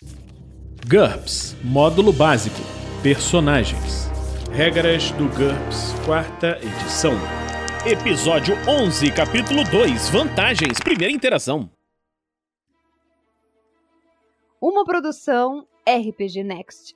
GURPS Módulo Básico Personagens. Regras do GURPS, 4ª edição. Episódio 11, capítulo 2, Vantagens, primeira interação. Uma produção RPG Next.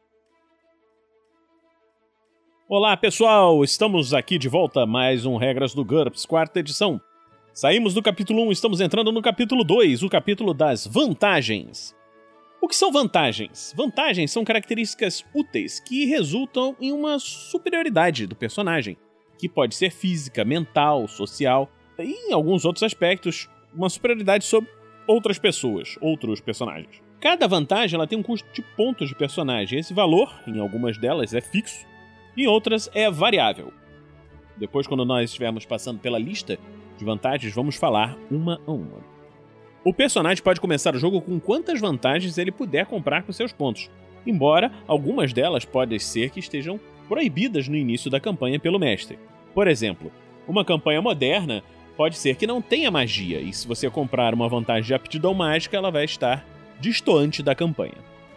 Olá pessoal, estamos aqui de volta a mais um Regras do GURPS, 4ª edição. Saímos do capítulo 1, estamos entrando no capítulo 2, o capítulo das vantagens. O que são vantagens? Vantagens são características úteis que resultam em uma superioridade do personagem, que pode ser física, mental, social e, em alguns outros aspectos, uma superioridade sobre outras pessoas, outros personagens. Cada vantagem ela tem um custo de pontos de personagem. Esse valor, em algumas delas, é fixo, em outras é variável. Depois, quando nós estivermos passando pela lista de vantagens, vamos falar uma a uma. O personagem pode começar o jogo com quantas vantagens ele puder comprar com seus pontos, embora algumas delas podem ser que estejam proibidas no início da campanha pelo mestre. Por exemplo, uma campanha moderna pode ser que não tenha magia, e se você comprar uma vantagem de aptidão mágica, ela vai estar destoante da campanha.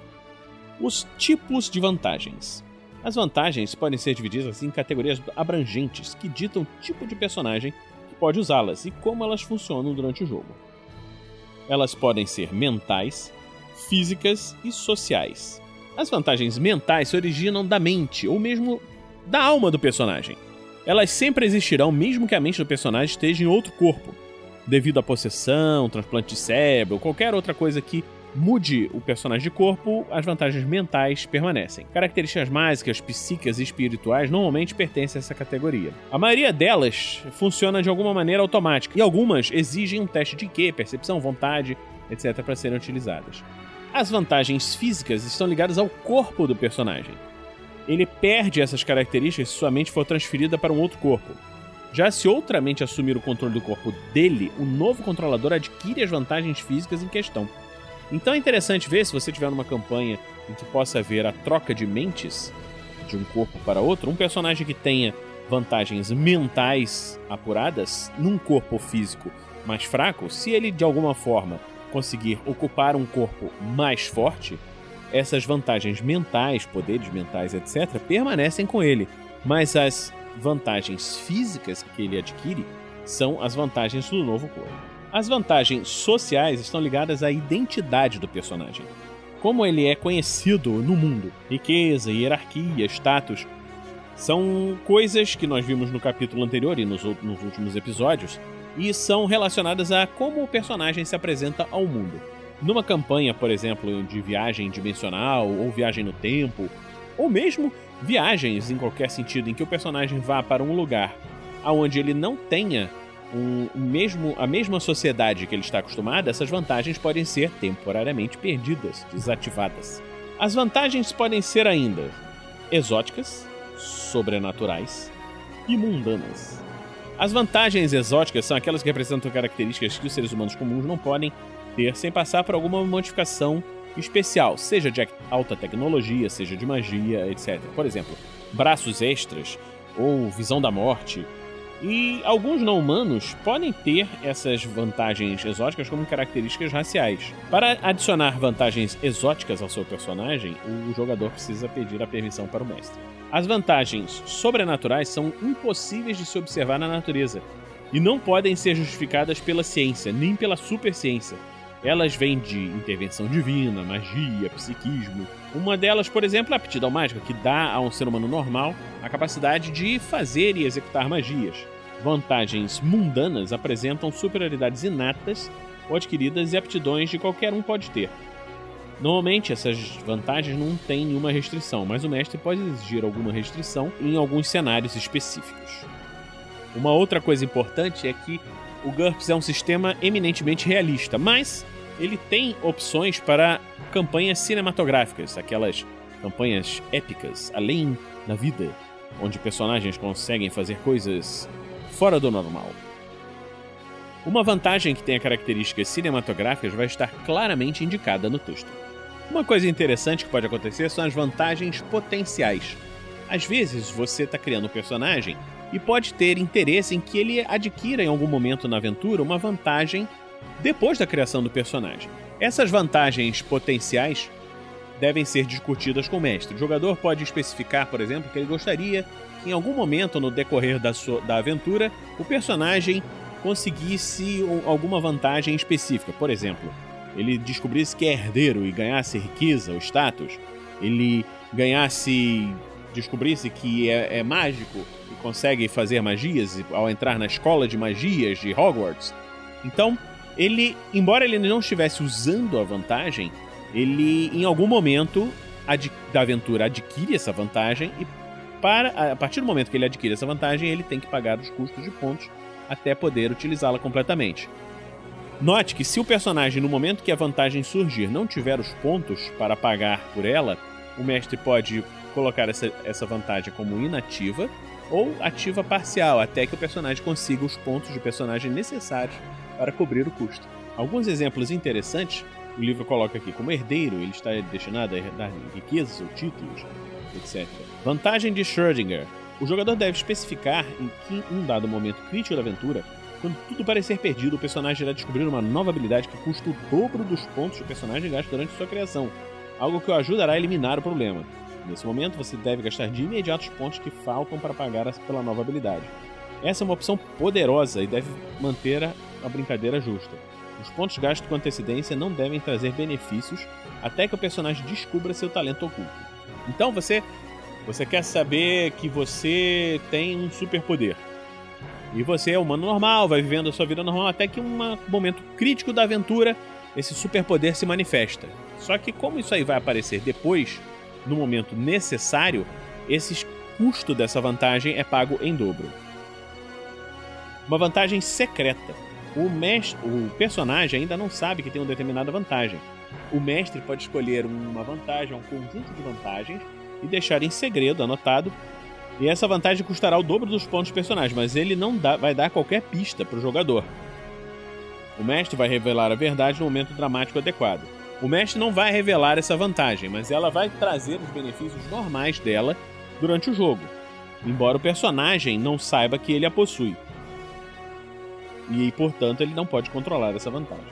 Os tipos de vantagens. As vantagens podem ser divididas em categorias abrangentes que ditam o tipo de personagem que pode usá-las e como elas funcionam durante o jogo. Elas podem ser mentais, físicas e sociais. As vantagens mentais se originam da mente ou mesmo da alma do personagem. Elas sempre existirão mesmo que a mente do personagem esteja em outro corpo, devido à possessão, transplante de cérebro ou qualquer outra coisa que mude o personagem de corpo, as vantagens mentais permanecem. Características mágicas, psíquicas e espirituais normalmente pertencem a essa categoria. A maioria delas funciona de alguma maneira automática, e algumas exigem um teste de IQ, percepção, vontade, etc. para serem utilizadas. As vantagens físicas estão ligadas ao corpo do personagem. Ele perde essas características se sua mente for transferida para um outro corpo. Já se outra mente assumir o controle do corpo dele, o novo controlador adquire as vantagens físicas em questão. Então é interessante ver, se você tiver numa campanha em que possa haver a troca de mentes de um corpo para outro, um personagem que tenha vantagens mentais apuradas num corpo físico mais fraco, se ele de alguma forma conseguir ocupar um corpo mais forte, essas vantagens mentais, poderes mentais, etc., permanecem com ele, mas as vantagens físicas que ele adquire são as vantagens do novo corpo. As vantagens sociais estão ligadas à identidade do personagem. Como ele é conhecido no mundo, riqueza, hierarquia, status, são coisas que nós vimos no capítulo anterior e nos últimos episódios, e são relacionadas a como o personagem se apresenta ao mundo. Numa campanha, por exemplo, de viagem dimensional, ou viagem no tempo, ou mesmo viagens em qualquer sentido em que o personagem vá para um lugar onde ele não tenha a mesma sociedade que ele está acostumado, essas vantagens podem ser temporariamente perdidas, desativadas. As vantagens podem ser ainda exóticas, sobrenaturais e mundanas. As vantagens exóticas são aquelas que representam características que os seres humanos comuns não podem ter sem passar por alguma modificação especial, seja de alta tecnologia, seja de magia, etc. Por exemplo, braços extras ou visão da morte. E alguns não-humanos podem ter essas vantagens exóticas como características raciais. Para adicionar vantagens exóticas ao seu personagem, o jogador precisa pedir a permissão para o mestre. As vantagens sobrenaturais são impossíveis de se observar na natureza e não podem ser justificadas pela ciência, nem pela superciência. Elas vêm de intervenção divina, magia, psiquismo. Uma delas, por exemplo, é a aptidão mágica, que dá a um ser humano normal a capacidade de fazer e executar magias. Vantagens mundanas apresentam superioridades inatas ou adquiridas e aptidões de qualquer um pode ter. Normalmente, essas vantagens não têm nenhuma restrição, mas o mestre pode exigir alguma restrição em alguns cenários específicos. Uma outra coisa importante é que o GURPS é um sistema eminentemente realista, mas ele tem opções para campanhas cinematográficas, aquelas campanhas épicas, além da vida, onde personagens conseguem fazer coisas fora do normal. Uma vantagem que tenha características cinematográficas vai estar claramente indicada no texto. Uma coisa interessante que pode acontecer são as vantagens potenciais. Às vezes você está criando um personagem e pode ter interesse em que ele adquira em algum momento na aventura uma vantagem depois da criação do personagem. Essas vantagens potenciais devem ser discutidas com o mestre. O jogador pode especificar, por exemplo, que ele gostaria que em algum momento no decorrer da aventura o personagem conseguisse alguma vantagem específica. Por exemplo, ele descobrisse que é herdeiro e ganhasse riqueza ou status. Ele descobrisse que é mágico e consegue fazer magias ao entrar na escola de magias de Hogwarts. Então, embora ele não estivesse usando a vantagem, ele em algum momento da aventura adquire essa vantagem e a partir do momento que ele adquire essa vantagem, ele tem que pagar os custos de pontos até poder utilizá-la completamente. Note que se o personagem, no momento que a vantagem surgir, não tiver os pontos para pagar por ela, o mestre pode colocar essa vantagem como inativa ou ativa parcial, até que o personagem consiga os pontos de personagem necessários para cobrir o custo. Alguns exemplos interessantes, o livro coloca aqui como herdeiro, ele está destinado a herdar riquezas ou títulos, etc. Vantagem de Schrödinger. O jogador deve especificar em que um dado momento crítico da aventura, quando tudo parecer perdido, o personagem irá descobrir uma nova habilidade que custa o dobro dos pontos que o personagem gasta durante sua criação, algo que o ajudará a eliminar o problema. Nesse momento, você deve gastar de imediato os pontos que faltam para pagar pela nova habilidade. Essa é uma opção poderosa e deve manter a brincadeira justa. Os pontos gastos com antecedência não devem trazer benefícios até que o personagem descubra seu talento oculto. Então você quer saber que você tem um superpoder. E você é humano normal, vai vivendo a sua vida normal até que um momento crítico da aventura, esse superpoder se manifesta. Só que como isso aí vai aparecer depois, no momento necessário, esse custo dessa vantagem é pago em dobro. Uma vantagem secreta. O personagem ainda não sabe que tem uma determinada vantagem. O mestre pode escolher uma vantagem, um conjunto de vantagens, e deixar em segredo, anotado, e essa vantagem custará o dobro dos pontos do personagem, mas ele não vai dar qualquer pista para o jogador. O mestre vai revelar a verdade no momento dramático adequado. O mestre não vai revelar essa vantagem, mas ela vai trazer os benefícios normais dela durante o jogo, embora o personagem não saiba que ele a possui. E, portanto, ele não pode controlar essa vantagem.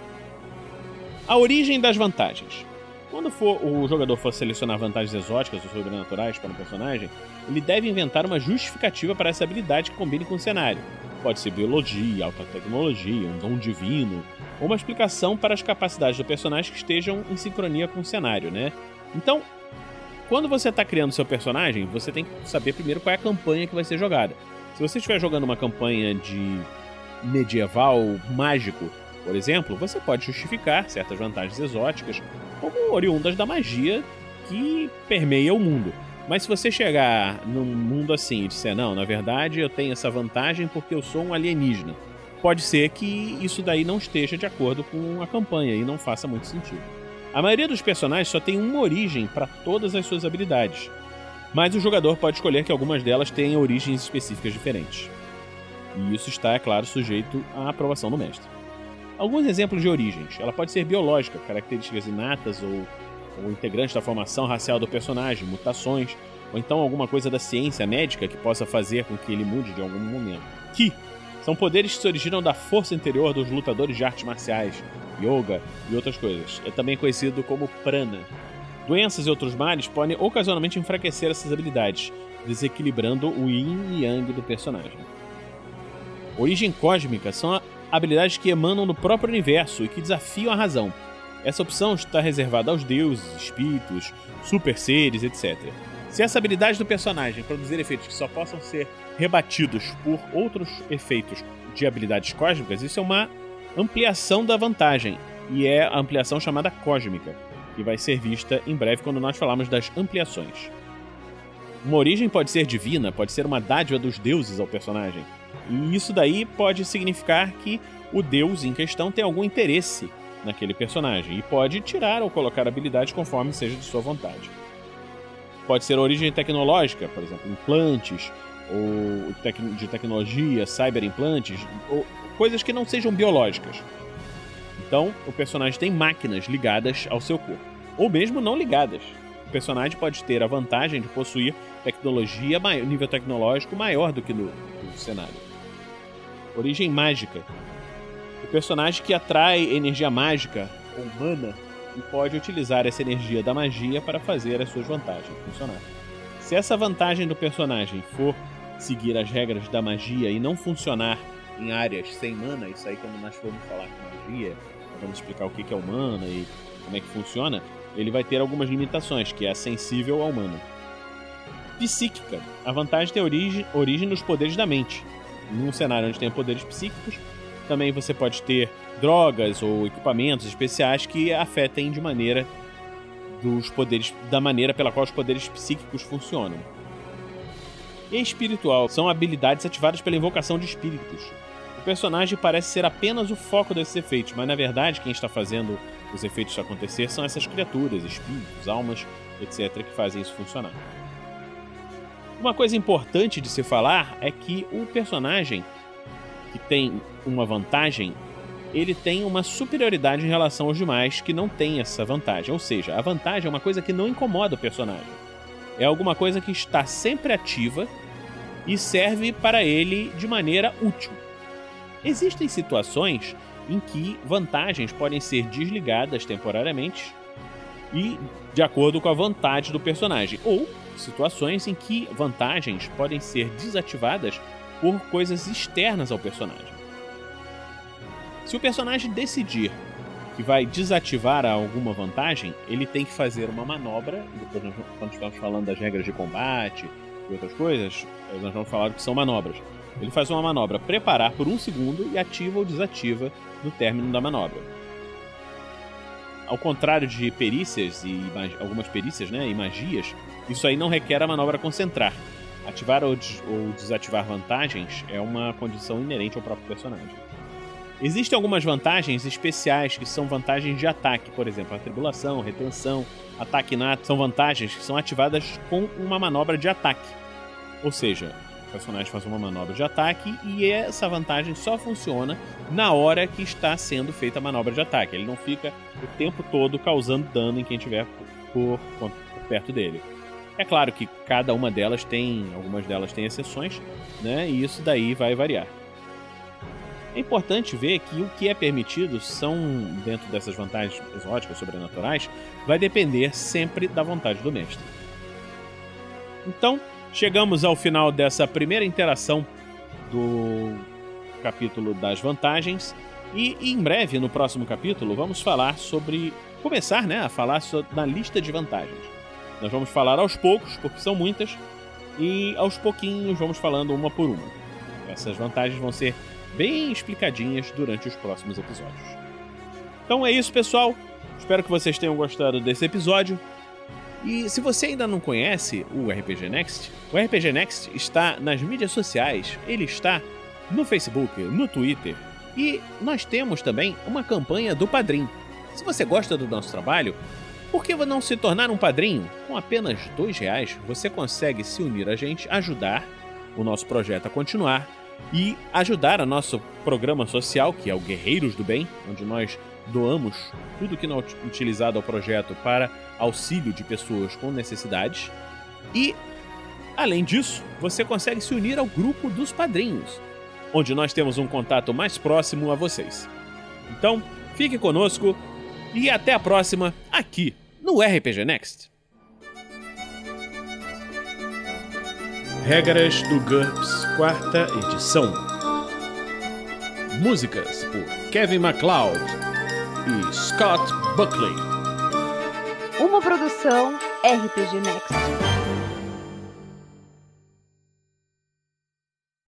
A origem das vantagens. Quando o jogador for selecionar vantagens exóticas ou sobrenaturais para um personagem, ele deve inventar uma justificativa para essa habilidade que combine com o cenário. Pode ser biologia, alta tecnologia, um dom divino, ou uma explicação para as capacidades do personagem que estejam em sincronia com o cenário, né? Então, quando você está criando seu personagem, você tem que saber primeiro qual é a campanha que vai ser jogada. Se você estiver jogando uma campanha de medieval mágico, por exemplo, você pode justificar certas vantagens exóticas como oriundas da magia que permeia o mundo. Mas se você chegar num mundo assim e disser, não, na verdade eu tenho essa vantagem porque eu sou um alienígena, pode ser que isso daí não esteja de acordo com a campanha e não faça muito sentido. A maioria dos personagens só tem uma origem para todas as suas habilidades, mas o jogador pode escolher que algumas delas tenham origens específicas diferentes. E isso está, é claro, sujeito à aprovação do mestre. Alguns exemplos de origens. Ela pode ser biológica, características inatas ou integrantes da formação racial do personagem, mutações, ou então alguma coisa da ciência médica que possa fazer com que ele mude de algum momento. Ki são poderes que se originam da força interior dos lutadores de artes marciais, yoga e outras coisas. É também conhecido como prana. Doenças e outros males podem ocasionalmente enfraquecer essas habilidades, desequilibrando o yin e yang do personagem. Origem cósmica são habilidades que emanam do próprio universo e que desafiam a razão. Essa opção está reservada aos deuses, espíritos, super seres, etc. Se essa habilidade do personagem produzir efeitos que só possam ser rebatidos por outros efeitos de habilidades cósmicas, isso é uma ampliação da vantagem, e é a ampliação chamada cósmica, que vai ser vista em breve quando nós falarmos das ampliações. Uma origem pode ser divina, pode ser uma dádiva dos deuses ao personagem, e isso daí pode significar que o deus em questão tem algum interesse naquele personagem e pode tirar ou colocar habilidades conforme seja de sua vontade. Pode ser origem tecnológica, por exemplo, implantes, ou de tecnologia, cyberimplantes, ou coisas que não sejam biológicas. Então, o personagem tem máquinas ligadas ao seu corpo, ou mesmo não ligadas. O personagem pode ter a vantagem de possuir tecnologia, nível tecnológico maior do que no cenário. Origem mágica. O personagem que atrai energia mágica ou mana e pode utilizar essa energia da magia para fazer as suas vantagens funcionar. Se essa vantagem do personagem for seguir as regras da magia e não funcionar em áreas sem mana, isso aí quando nós formos falar com magia, vamos explicar o que é o mana e como é que funciona, ele vai ter algumas limitações, que é sensível ao mana. Psíquica. A vantagem tem origem nos poderes da mente. Em um cenário onde tem poderes psíquicos, também você pode ter drogas ou equipamentos especiais que afetem de maneira dos poderes, da maneira pela qual os poderes psíquicos funcionam. E espiritual são habilidades ativadas pela invocação de espíritos. O personagem parece ser apenas o foco desses efeitos, mas na verdade quem está fazendo os efeitos acontecer são essas criaturas, espíritos, almas, etc., que fazem isso funcionar. Uma coisa importante de se falar é que o personagem que tem uma vantagem, ele tem uma superioridade em relação aos demais que não tem essa vantagem. Ou seja, a vantagem é uma coisa que não incomoda o personagem. É alguma coisa que está sempre ativa e serve para ele de maneira útil. Existem situações em que vantagens podem ser desligadas temporariamente e de acordo com a vontade do personagem, ou situações em que vantagens podem ser desativadas por coisas externas ao personagem. Se o personagem decidir que vai desativar alguma vantagem, ele tem que fazer uma manobra, e depois quando estamos falando das regras de combate e outras coisas, nós vamos falar do que são manobras. Ele faz uma manobra preparar por 1 segundo e ativa ou desativa no término da manobra. Ao contrário de perícias e algumas perícias, né, e magias, isso aí não requer a manobra concentrar. Ativar ou desativar vantagens é uma condição inerente ao próprio personagem. Existem algumas vantagens especiais que são vantagens de ataque, por exemplo, atribulação, retenção, ataque inato, são vantagens que são ativadas com uma manobra de ataque. Ou seja, o personagem faz uma manobra de ataque e essa vantagem só funciona na hora que está sendo feita a manobra de ataque. Ele não fica o tempo todo causando dano em quem estiver por perto dele. É claro que cada uma delas algumas delas têm exceções, né? E isso daí vai variar. É importante ver que o que é permitido são, dentro dessas vantagens exóticas, sobrenaturais, vai depender sempre da vontade do mestre. Então, chegamos ao final dessa primeira interação do capítulo das vantagens e em breve, no próximo capítulo, vamos falar começar, né, a falar da lista de vantagens. Nós vamos falar aos poucos, porque são muitas, e aos pouquinhos vamos falando uma por uma. Essas vantagens vão ser bem explicadinhas durante os próximos episódios. Então é isso, pessoal. Espero que vocês tenham gostado desse episódio. E se você ainda não conhece o RPG Next está nas mídias sociais. Ele está no Facebook, no Twitter. E nós temos também uma campanha do Padrim. Se você gosta do nosso trabalho, por que não se tornar um padrinho? Com apenas R$2 você consegue se unir a gente, ajudar o nosso projeto a continuar e ajudar a nosso programa social, que é o Guerreiros do Bem, onde nós doamos tudo que não é utilizado ao projeto para auxílio de pessoas com necessidades. E, além disso, você consegue se unir ao grupo dos padrinhos, onde nós temos um contato mais próximo a vocês. Então, fique conosco e até a próxima aqui no RPG Next. Regras do GURPS, 4ª edição. Músicas por Kevin MacLeod e Scott Buckley. Uma produção RPG Next.